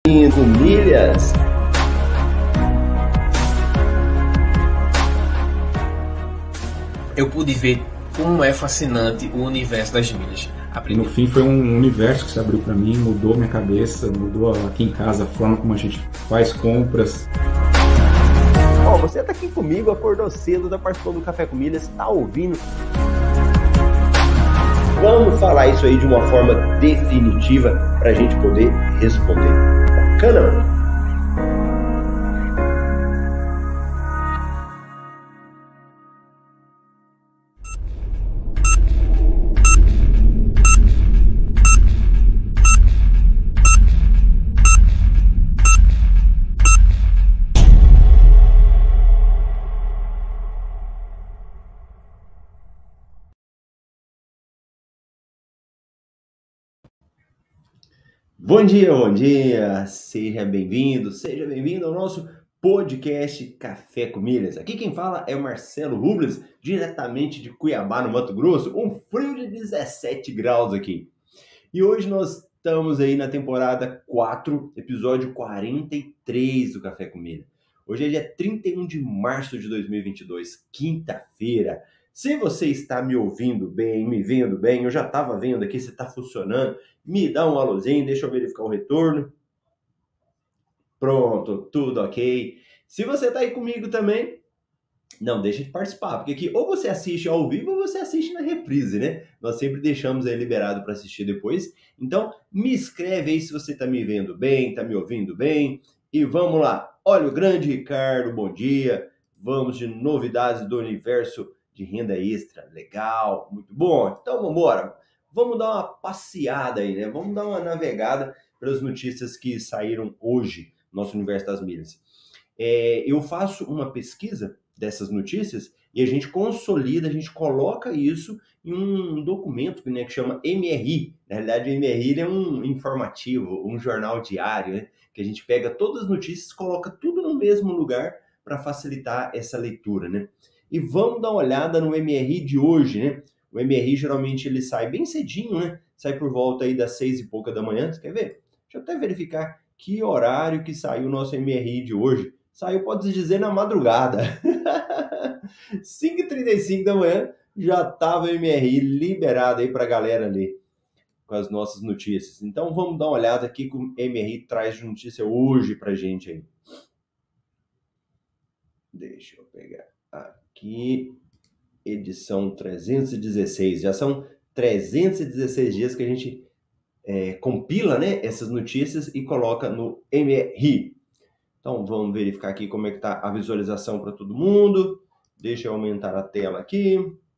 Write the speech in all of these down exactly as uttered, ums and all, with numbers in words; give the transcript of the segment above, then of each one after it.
Cinco milhas. Eu pude ver como é fascinante o universo das milhas. No fim foi um universo que se abriu para mim, mudou minha cabeça, mudou aqui em casa a forma como a gente faz compras. Ó, oh, você tá aqui comigo, acordou cedo, tá participando do Café com Milhas, tá ouvindo? Vamos falar isso aí de uma forma definitiva pra gente poder responder. Bacana? Bom dia, bom dia, seja bem-vindo, seja bem-vindo ao nosso podcast Café com Milhas. Aqui quem fala é o Marcelo Rubles, diretamente de Cuiabá, no Mato Grosso, um frio de dezessete graus aqui. E hoje nós estamos aí na temporada quatro, episódio quarenta e três do Café com Milhas. Hoje é dia trinta e um de março de dois mil e vinte e dois, quinta-feira. Se você está me ouvindo bem, me vendo bem, eu já estava vendo aqui se está funcionando, me dá um alôzinho, deixa eu verificar o retorno. Pronto, tudo ok. Se você está aí comigo também, não deixa de participar, porque aqui ou você assiste ao vivo ou você assiste na reprise, né? Nós sempre deixamos aí liberado para assistir depois. Então, me escreve aí se você está me vendo bem, está me ouvindo bem. E vamos lá. Olha o grande Ricardo, bom dia. Vamos de novidades do universo de renda extra, legal, muito bom. Então vamos embora, vamos dar uma passeada aí, né? Vamos dar uma navegada pelas notícias que saíram hoje no nosso universo das milhas. É, eu faço uma pesquisa dessas notícias e a gente consolida, a gente coloca isso em um documento, né, que chama M R I. Na realidade, o M R I ele é um informativo, um jornal diário, né, que a gente pega todas as notícias, coloca tudo no mesmo lugar para facilitar essa leitura, né? E vamos dar uma olhada no M R I de hoje, né? O M R I geralmente ele sai bem cedinho, né? Sai por volta aí das seis e pouca da manhã. Você quer ver? Deixa eu até verificar que horário que saiu o nosso M R I de hoje. Saiu, pode-se dizer, na madrugada. cinco e trinta e cinco da manhã já estava o M R I liberado aí para a galera ler com as nossas notícias. Então vamos dar uma olhada aqui que o M R I traz de notícia hoje para a gente aí. Deixa eu pegar aqui, edição trezentos e dezesseis. Já são trezentos e dezesseis dias que a gente é, compila, né, essas notícias e coloca no M R I. Então vamos verificar aqui como é que está a visualização para todo mundo. Deixa eu aumentar a tela aqui.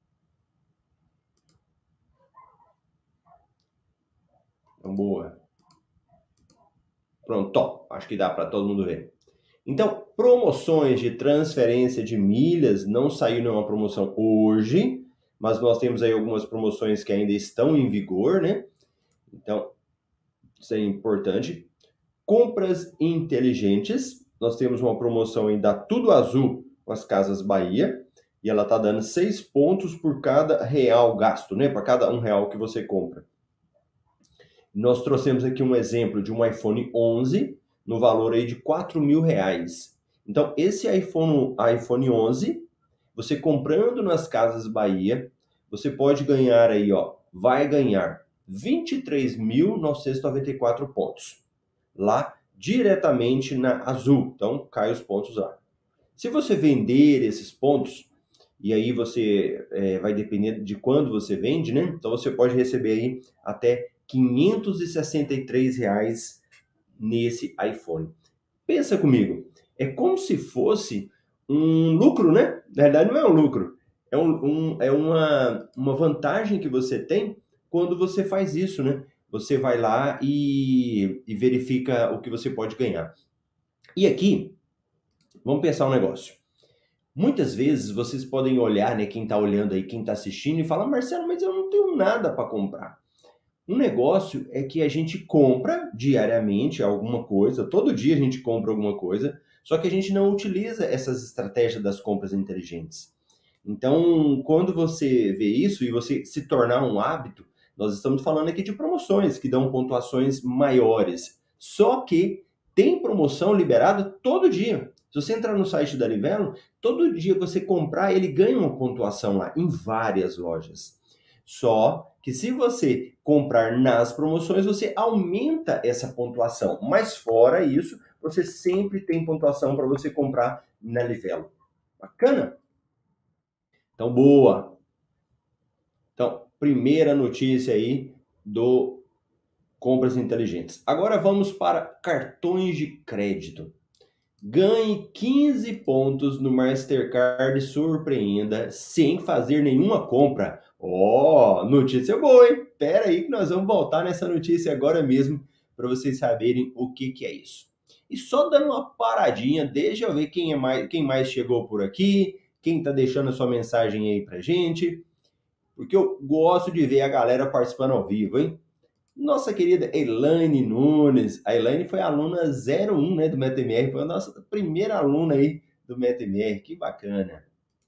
Então, boa. Pronto, ó, acho que dá para todo mundo ver. Então, promoções de transferência de milhas, não saiu nenhuma promoção hoje, mas nós temos aí algumas promoções que ainda estão em vigor, né? Então, isso é importante. Compras inteligentes, nós temos uma promoção aí da Tudo Azul com as Casas Bahia, e ela está dando seis pontos por cada real gasto, né? Para cada um real que você compra. Nós trouxemos aqui um exemplo de um iPhone onze, no valor aí de quatro mil reais. Então, esse iPhone, iPhone onze, você comprando nas Casas Bahia, você pode ganhar aí, ó, vai ganhar vinte e três mil novecentos e noventa e quatro pontos. Lá, diretamente na Azul. Então, cai os pontos lá. Se você vender esses pontos, e aí você é, vai depender de quando você vende, né? Então, você pode receber aí até quinhentos e sessenta e três reais nesse iPhone. Pensa comigo, é como se fosse um lucro, né? Na verdade não é um lucro, é, um, um, é uma, uma vantagem que você tem quando você faz isso, né? Você vai lá e, e verifica o que você pode ganhar. E aqui, vamos pensar um negócio. Muitas vezes vocês podem olhar, né? Quem está olhando aí, quem está assistindo e falar, Marcelo, mas eu não tenho nada para comprar. Um negócio é que a gente compra diariamente alguma coisa, todo dia a gente compra alguma coisa, só que a gente não utiliza essas estratégias das compras inteligentes. Então, quando você vê isso e você se tornar um hábito, nós estamos falando aqui de promoções que dão pontuações maiores. Só que tem promoção liberada todo dia. Se você entrar no site da Livelo, todo dia que você comprar, ele ganha uma pontuação lá, em várias lojas. Só que se você comprar nas promoções, você aumenta essa pontuação. Mas fora isso, você sempre tem pontuação para você comprar na Livelo. Bacana? Então, boa! Então, primeira notícia aí do Compras Inteligentes. Agora vamos para cartões de crédito. Ganhe quinze pontos no Mastercard e surpreenda sem fazer nenhuma compra. Ó, oh, notícia boa, hein? Pera aí que nós vamos voltar nessa notícia agora mesmo para vocês saberem o que, que é isso. E só dando uma paradinha, deixa eu ver quem, é mais, quem mais chegou por aqui, quem está deixando a sua mensagem aí pra gente, porque eu gosto de ver a galera participando ao vivo, hein? Nossa querida Elaine Nunes. A Elaine foi aluna zero um, né, do MetaMR. Foi a nossa primeira aluna aí do MetaMR. Que bacana.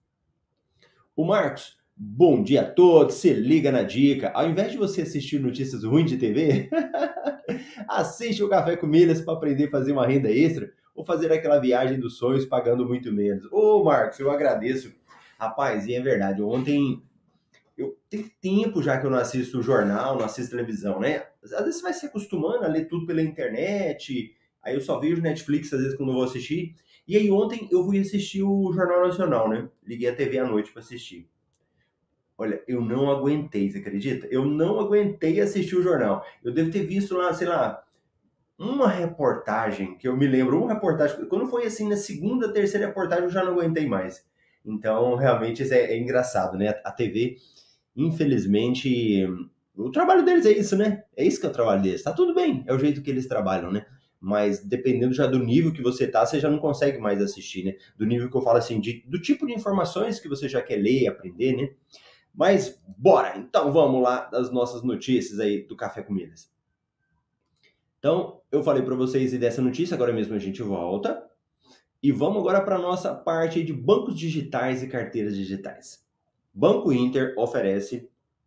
O Marcos. Bom dia a todos. Se liga na dica. Ao invés de você assistir notícias ruins de T V, assiste o Café com Milhas para aprender a fazer uma renda extra ou fazer aquela viagem dos sonhos pagando muito menos. Ô, Marcos, eu agradeço. Rapaz, e é verdade. Ontem... Eu tenho tempo já que eu não assisto jornal, não assisto televisão, né? Às vezes você vai se acostumando a ler tudo pela internet, aí eu só vejo Netflix às vezes quando eu vou assistir. E aí ontem eu fui assistir o Jornal Nacional, né? Liguei a T V à noite para assistir. Olha, eu não aguentei, você acredita? Eu não aguentei assistir o jornal. Eu devo ter visto lá, sei lá, uma reportagem, que eu me lembro, uma reportagem, quando foi assim na segunda, terceira reportagem eu já não aguentei mais. Então, realmente, isso é, é engraçado, né? A T V... Infelizmente, o trabalho deles é isso, né? É isso que é o trabalho deles. Tá tudo bem, é o jeito que eles trabalham, né? Mas dependendo já do nível que você tá, você já não consegue mais assistir, né? Do nível que eu falo assim, de, do tipo de informações que você já quer ler, aprender, né? Mas bora! Então vamos lá das nossas notícias aí do Café com Milhas. Então, eu falei para vocês dessa notícia, agora mesmo a gente volta. E vamos agora para a nossa parte de bancos digitais e carteiras digitais. Banco Inter oferece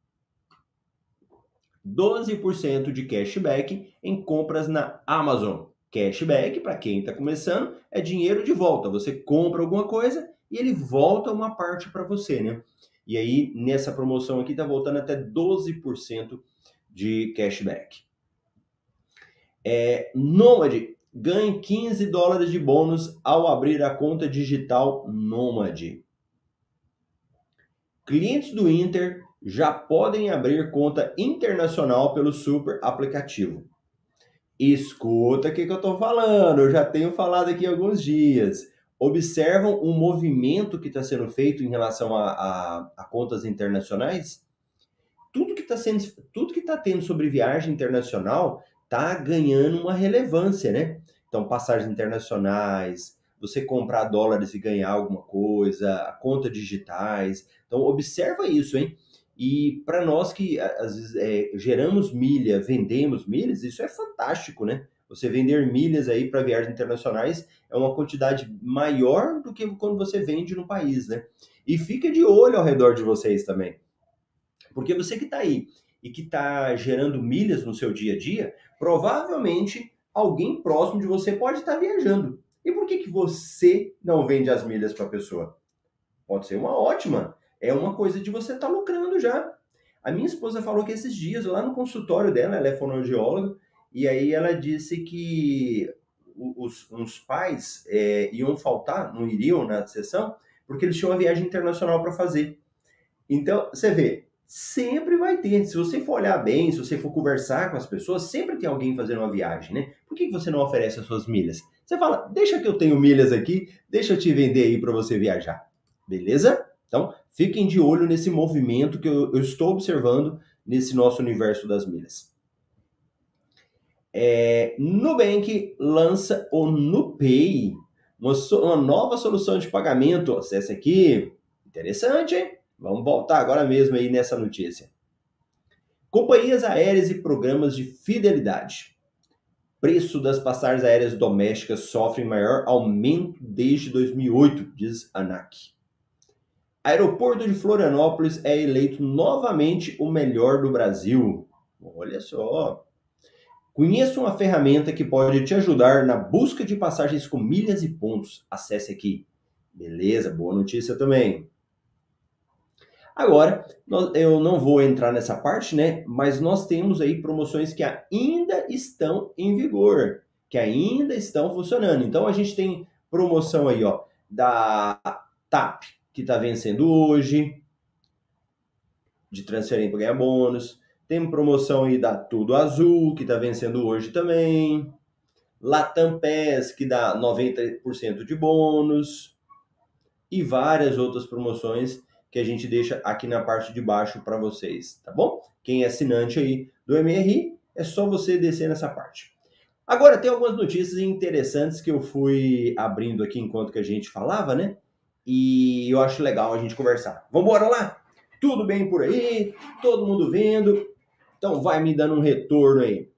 doze por cento de cashback em compras na Amazon. Cashback, para quem está começando, é dinheiro de volta. Você compra alguma coisa e ele volta uma parte para você, né? E aí, nessa promoção aqui, está voltando até doze por cento de cashback. É, Nomad, ganhe quinze dólares de bônus ao abrir a conta digital Nomad. Clientes do Inter já podem abrir conta internacional pelo super aplicativo. Escuta o que, que eu estou falando, eu já tenho falado aqui há alguns dias. Observam o movimento que está sendo feito em relação a, a, a contas internacionais? Tudo que está sendo, tudo que está tendo sobre viagem internacional está ganhando uma relevância, né? Então, passagens internacionais, você comprar dólares e ganhar alguma coisa, a conta digitais. Então, observa isso, hein? E para nós que, às vezes, é, geramos milha, vendemos milhas, isso é fantástico, né? Você vender milhas aí para viagens internacionais é uma quantidade maior do que quando você vende no país, né? E fica de olho ao redor de vocês também. Porque você que está aí e que está gerando milhas no seu dia a dia, provavelmente alguém próximo de você pode estar viajando. E por que, que você não vende as milhas para a pessoa? Pode ser uma ótima. É uma coisa de você estar lucrando já. A minha esposa falou que esses dias, lá no consultório dela, ela é fonoaudióloga, e aí ela disse que os, os pais é, iam faltar, não iriam na sessão, porque eles tinham uma viagem internacional para fazer. Então, você vê, sempre vai ter. Se você for olhar bem, se você for conversar com as pessoas, sempre tem alguém fazendo uma viagem, né? Por que você não oferece as suas milhas? Você fala, deixa que eu tenho milhas aqui, deixa eu te vender aí para você viajar. Beleza? Então, fiquem de olho nesse movimento que eu, eu estou observando nesse nosso universo das milhas. É, Nubank lança o NuPay, uma, uma nova solução de pagamento. Acesse aqui. Interessante, hein? Vamos voltar agora mesmo aí nessa notícia. Companhias aéreas e programas de fidelidade. Preço das passagens aéreas domésticas sofre maior aumento desde dois mil e oito, diz a ANAC. Aeroporto de Florianópolis é eleito novamente o melhor do Brasil. Olha só. Conheça uma ferramenta que pode te ajudar na busca de passagens com milhas e pontos. Acesse aqui. Beleza? Boa notícia também. Agora, eu não vou entrar nessa parte, né? Mas nós temos aí promoções que ainda estão em vigor, que ainda estão funcionando. Então, a gente tem promoção aí, ó, da T A P, que está vencendo hoje, de transferência para ganhar bônus. Tem promoção aí da Tudo Azul, que está vencendo hoje também. Latam Pass, que dá noventa por cento de bônus. E várias outras promoções que a gente deixa aqui na parte de baixo para vocês, tá bom? Quem é assinante aí do M R I, é só você descer nessa parte. Agora, tem algumas notícias interessantes que eu fui abrindo aqui enquanto que a gente falava, né? E eu acho legal a gente conversar. Vamos embora lá? Tudo bem por aí? Todo mundo vendo? Então vai me dando um retorno aí.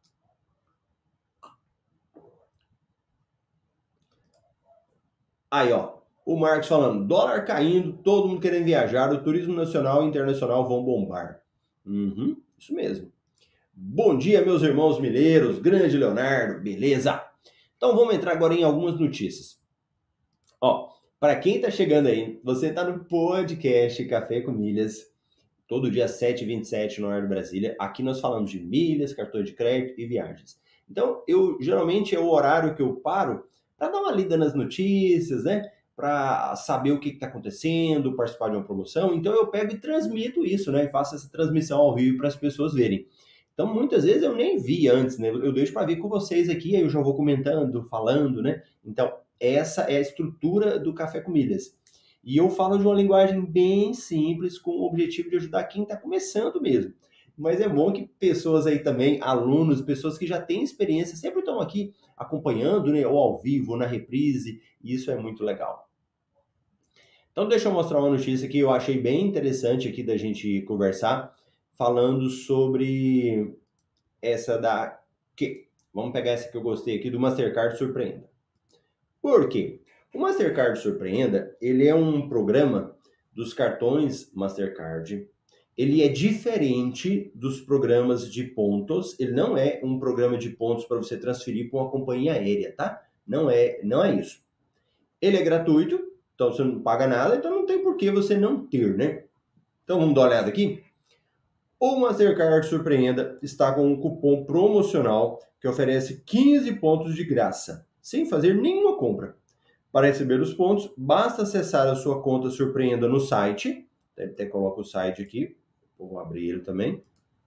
Aí, ó. O Marcos falando, dólar caindo, todo mundo querendo viajar, o turismo nacional e internacional vão bombar. Uhum, isso mesmo. Bom dia, meus irmãos milheiros, grande Leonardo, beleza? Então vamos entrar agora em algumas notícias. Ó, para quem tá chegando aí, você tá no podcast Café com Milhas, todo dia sete e vinte e sete no horário de Brasília. Aqui nós falamos de milhas, cartões de crédito e viagens. Então, eu geralmente é o horário que eu paro para dar uma lida nas notícias, né? Para saber o que está acontecendo, participar de uma promoção. Então eu pego e transmito isso, né? E faço essa transmissão ao vivo para as pessoas verem. Então muitas vezes eu nem vi antes, né? Eu deixo para ver com vocês aqui, aí eu já vou comentando, falando, né? Então essa é a estrutura do Café com Milhas. E eu falo de uma linguagem bem simples, com o objetivo de ajudar quem está começando mesmo. Mas é bom que pessoas aí também, alunos, pessoas que já têm experiência, sempre estão aqui acompanhando, né? Ou ao vivo, ou na reprise, e isso é muito legal. Então deixa eu mostrar uma notícia que eu achei bem interessante aqui da gente conversar, falando sobre essa da... que Vamos pegar essa que eu gostei aqui, do Mastercard Surpreenda. Por quê? O Mastercard Surpreenda, ele é um programa dos cartões Mastercard. Ele é diferente dos programas de pontos. Ele não é um programa de pontos para você transferir para uma companhia aérea, tá? Não é, não é isso. Ele é gratuito, então você não paga nada, então não tem por que você não ter, né? Então vamos dar uma olhada aqui. O Mastercard Surpreenda está com um cupom promocional que oferece quinze pontos de graça, sem fazer nenhuma compra. Para receber os pontos, basta acessar a sua conta Surpreenda no site. Até coloco o site aqui. Vou abrir ele também.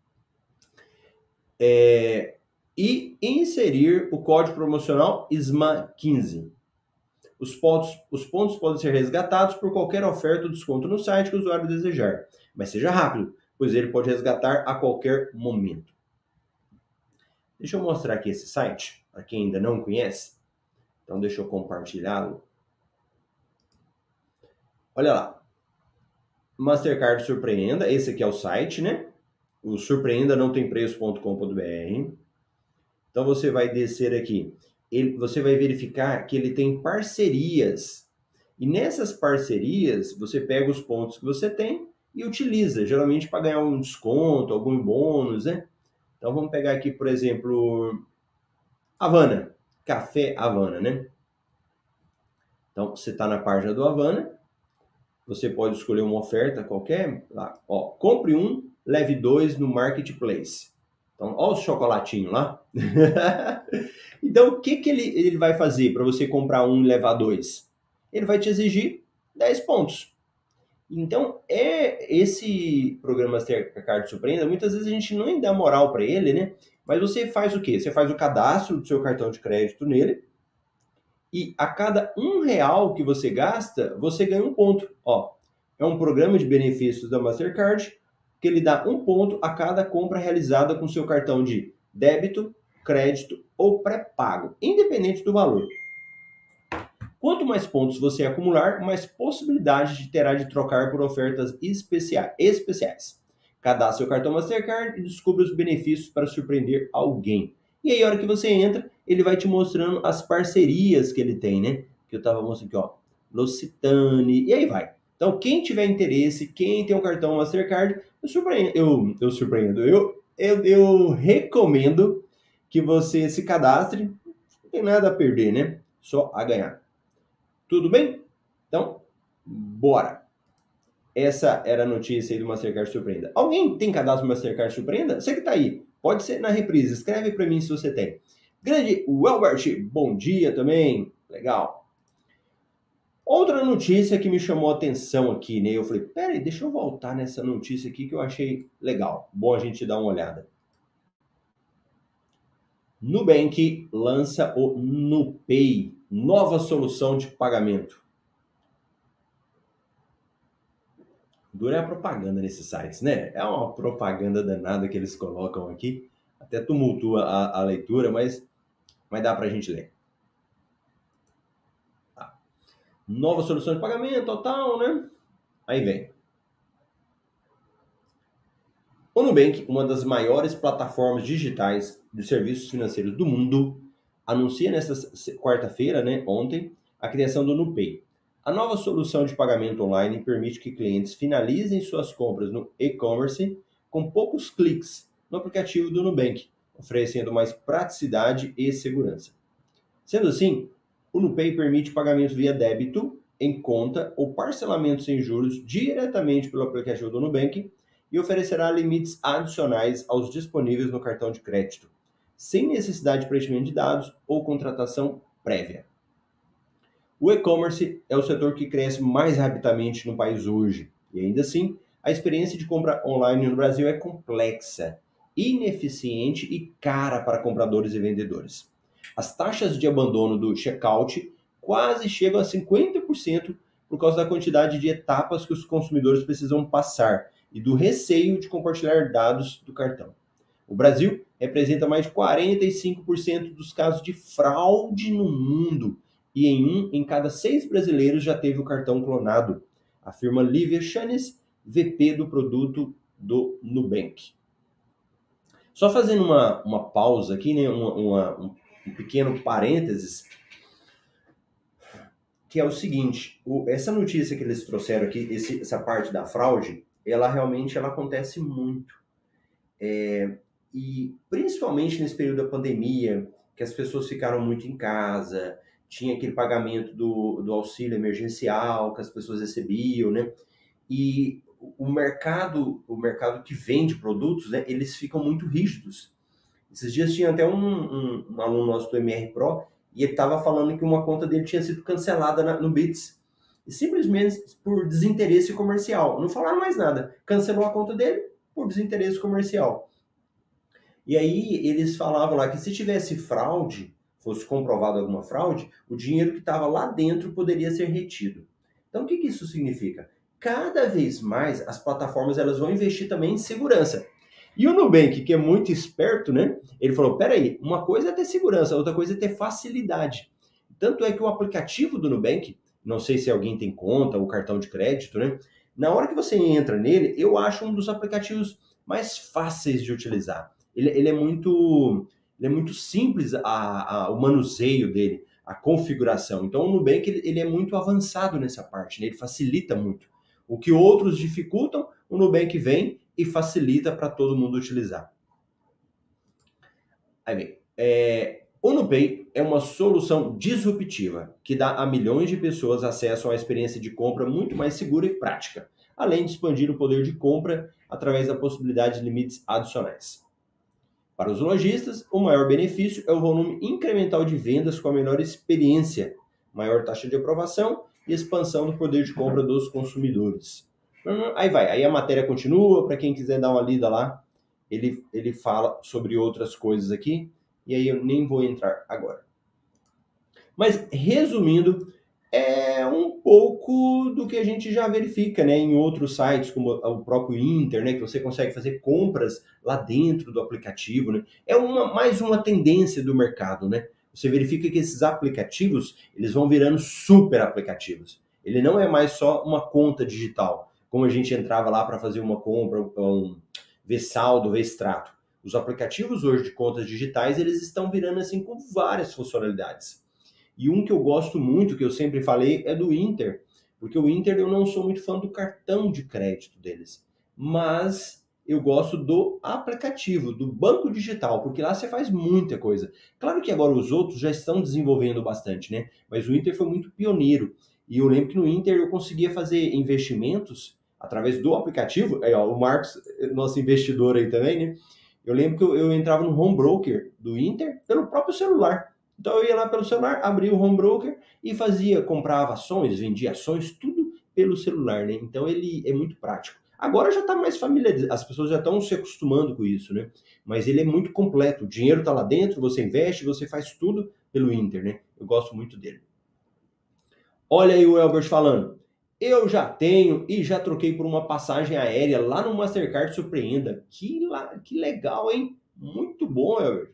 É, e inserir o código promocional I S M A quinze. Os pontos, os pontos podem ser resgatados por qualquer oferta ou desconto no site que o usuário desejar. Mas seja rápido, pois ele pode resgatar a qualquer momento. Deixa eu mostrar aqui esse site, para quem ainda não conhece. Então deixa eu compartilhá-lo. Olha lá. Mastercard Surpreenda, esse aqui é o site, né? O surpreenda não tem preço ponto com ponto br. Então você vai descer aqui. Ele, você vai verificar que ele tem parcerias. E nessas parcerias, você pega os pontos que você tem e utiliza, geralmente para ganhar um desconto, algum bônus, né? Então vamos pegar aqui, por exemplo, Havana, Café Havana, né? Então você está na página do Havana, você pode escolher uma oferta qualquer, lá, ó, compre um, leve dois no Marketplace. Então, ó os chocolatinhos lá. Então, o que, que ele, ele vai fazer para você comprar um e levar dois? Ele vai te exigir dez pontos. Então, é esse programa Mastercard Surpreenda, muitas vezes a gente não dá moral para ele, né? Mas você faz o quê? Você faz o cadastro do seu cartão de crédito nele e a cada um real que você gasta, você ganha um ponto. Ó, é um programa de benefícios da Mastercard que ele dá um ponto a cada compra realizada com seu cartão de débito, crédito ou pré-pago, independente do valor. Quanto mais pontos você acumular, mais possibilidade terá de trocar por ofertas especiais. Cadastre seu cartão Mastercard e descubra os benefícios para surpreender alguém. E aí, a hora que você entra, ele vai te mostrando as parcerias que ele tem, né? Que eu estava mostrando aqui, ó. L'Occitane, e aí vai. Então, quem tiver interesse, quem tem um cartão Mastercard, eu surpreendo, eu, eu surpreendo, eu, eu, eu recomendo que você se cadastre. Não tem nada a perder, né? Só a ganhar. Tudo bem? Então, bora! Essa era a notícia aí do Mastercard Surpreenda. Alguém tem cadastro no Mastercard Surpreenda? Você que tá aí, pode ser na reprise. Escreve para mim se você tem. Grande Welbert, bom dia também. Legal. Outra notícia que me chamou a atenção aqui, né? Eu falei, peraí, deixa eu voltar nessa notícia aqui que eu achei legal. Bom a gente dar uma olhada. Nubank lança o NuPay, nova solução de pagamento. Dura é a propaganda nesses sites, né? É uma propaganda danada que eles colocam aqui. Até tumultua a, a leitura, mas, mas dá pra gente ler. Tá. Nova solução de pagamento, total, né? Aí vem. O Nubank, uma das maiores plataformas digitais de serviços financeiros do mundo, anuncia nesta quarta-feira, né, ontem, a criação do NuPay. A nova solução de pagamento online permite que clientes finalizem suas compras no e-commerce com poucos cliques no aplicativo do Nubank, oferecendo mais praticidade e segurança. Sendo assim, o NuPay permite pagamento via débito, em conta ou parcelamento sem juros diretamente pelo aplicativo do Nubank e oferecerá limites adicionais aos disponíveis no cartão de crédito, sem necessidade de preenchimento de dados ou contratação prévia. O e-commerce é o setor que cresce mais rapidamente no país hoje, e ainda assim, a experiência de compra online no Brasil é complexa, ineficiente e cara para compradores e vendedores. As taxas de abandono do checkout quase chegam a cinquenta por cento por causa da quantidade de etapas que os consumidores precisam passar e do receio de compartilhar dados do cartão. O Brasil representa mais de quarenta e cinco por cento dos casos de fraude no mundo, e em um em cada seis brasileiros já teve o cartão clonado, afirma Lívia Chanes, V P do produto do Nubank. Só fazendo uma, uma pausa aqui, né, uma, uma, um, um pequeno parênteses, que é o seguinte, o, essa notícia que eles trouxeram aqui, esse, essa parte da fraude, ela realmente ela acontece muito. É, e principalmente nesse período da pandemia, que as pessoas ficaram muito em casa, tinha aquele pagamento do, do auxílio emergencial que as pessoas recebiam, né? E o mercado, o mercado que vende produtos, né, eles ficam muito rígidos. Esses dias tinha até um, um, um aluno nosso do M R Pro e ele estava falando que uma conta dele tinha sido cancelada na, no Bits. E simplesmente por desinteresse comercial. Não falaram mais nada. Cancelou a conta dele por desinteresse comercial. E aí eles falavam lá que se tivesse fraude, fosse comprovado alguma fraude, o dinheiro que estava lá dentro poderia ser retido. Então, o que, que isso significa? Cada vez mais as plataformas elas vão investir também em segurança. E o Nubank, que é muito esperto, né? Ele falou, peraí, uma coisa é ter segurança, outra coisa é ter facilidade. Tanto é que o aplicativo do Nubank, não sei se alguém tem conta ou cartão de crédito, né? Na hora que você entra nele, eu acho um dos aplicativos mais fáceis de utilizar. Ele, ele é muito... Ele é muito simples a, a, o manuseio dele, a configuração. Então o Nubank ele, ele é muito avançado nessa parte, né? Ele facilita muito. O que outros dificultam, o Nubank vem e facilita para todo mundo utilizar. Aí vem, é, o NuPay é uma solução disruptiva que dá a milhões de pessoas acesso a uma experiência de compra muito mais segura e prática, além de expandir o poder de compra através da possibilidade de limites adicionais. Para os lojistas, o maior benefício é o volume incremental de vendas com a melhor experiência, maior taxa de aprovação e expansão do poder de compra dos consumidores. Aí vai, aí a matéria continua, para quem quiser dar uma lida lá, ele, ele fala sobre outras coisas aqui, e aí eu nem vou entrar agora. Mas, resumindo, é um pouco do que a gente já verifica, né, em outros sites, como o próprio Inter, né, que você consegue fazer compras lá dentro do aplicativo, né? É uma, mais uma tendência do mercado, né? Você verifica que esses aplicativos, eles vão virando super aplicativos. Ele não é mais só uma conta digital, como a gente entrava lá para fazer uma compra, um, ver saldo, ver extrato. Os aplicativos hoje de contas digitais, eles estão virando assim com várias funcionalidades. E um que eu gosto muito, que eu sempre falei, é do Inter, porque o Inter eu não sou muito fã do cartão de crédito deles, mas eu gosto do aplicativo, do banco digital, porque lá você faz muita coisa. Claro que agora os outros já estão desenvolvendo bastante, né? Mas o Inter foi muito pioneiro. E eu lembro que no Inter eu conseguia fazer investimentos através do aplicativo. Aí, ó, o Marcos, nosso investidor aí também, né? Eu lembro que eu, eu entrava no home broker do Inter pelo próprio celular. Então eu ia lá pelo celular, abria o home broker e fazia, comprava ações, vendia ações, tudo pelo celular, né? Então ele é muito prático. Agora já está mais familiarizado, as pessoas já estão se acostumando com isso, né? Mas ele é muito completo, o dinheiro está lá dentro, você investe, você faz tudo pelo Inter, né? Eu gosto muito dele. Olha aí o Elbert falando, eu já tenho e já troquei por uma passagem aérea lá no Mastercard Surpreenda. Que, la... que legal, hein? Muito bom, Elbert.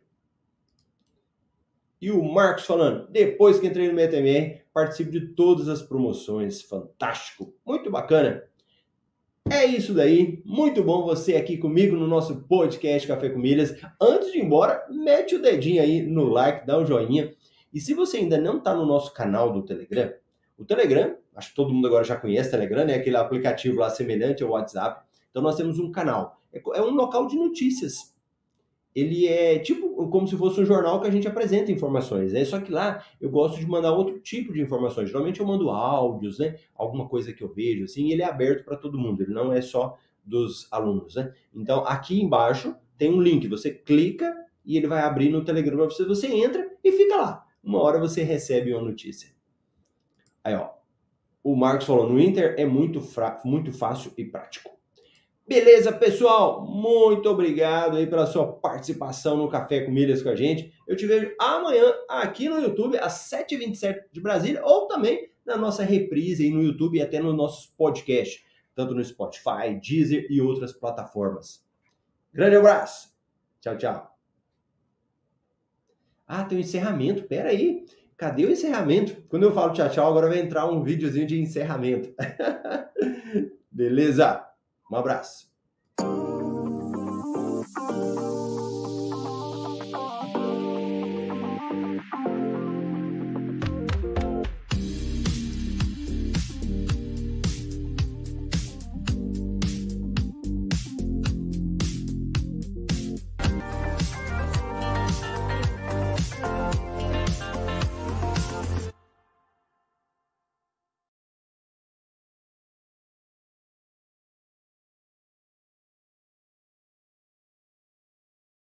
E o Marcos falando, depois que entrei no M T M R, participo de todas as promoções, fantástico, muito bacana. É isso daí, muito bom você aqui comigo no nosso podcast Café com Milhas. Antes de ir embora, mete o dedinho aí no like, dá um joinha. E se você ainda não está no nosso canal do Telegram, o Telegram, acho que todo mundo agora já conhece o Telegram, né? Aquele aplicativo lá semelhante ao WhatsApp. Então nós temos um canal, é um local de notícias. Ele é tipo como se fosse um jornal que a gente apresenta informações, né? Só que lá eu gosto de mandar outro tipo de informações. Geralmente eu mando áudios, né? Alguma coisa que eu vejo, assim, e ele é aberto para todo mundo, ele não é só dos alunos, né? Então aqui embaixo tem um link, você clica e ele vai abrir no Telegram para você, você entra e fica lá. Uma hora você recebe uma notícia. Aí, ó, o Marcos falou, no Inter é muito, fra... muito fácil e prático. Beleza, pessoal? Muito obrigado aí pela sua participação no Café com Milhas com a gente. Eu te vejo amanhã aqui no YouTube, às sete e vinte e sete de Brasília, ou também na nossa reprise aí no YouTube e até nos nossos podcasts, tanto no Spotify, Deezer e outras plataformas. Grande abraço. Tchau, tchau. Ah, tem um encerramento. Pera aí. Cadê o encerramento? Quando eu falo tchau, tchau, agora vai entrar um videozinho de encerramento. Beleza? Um abraço.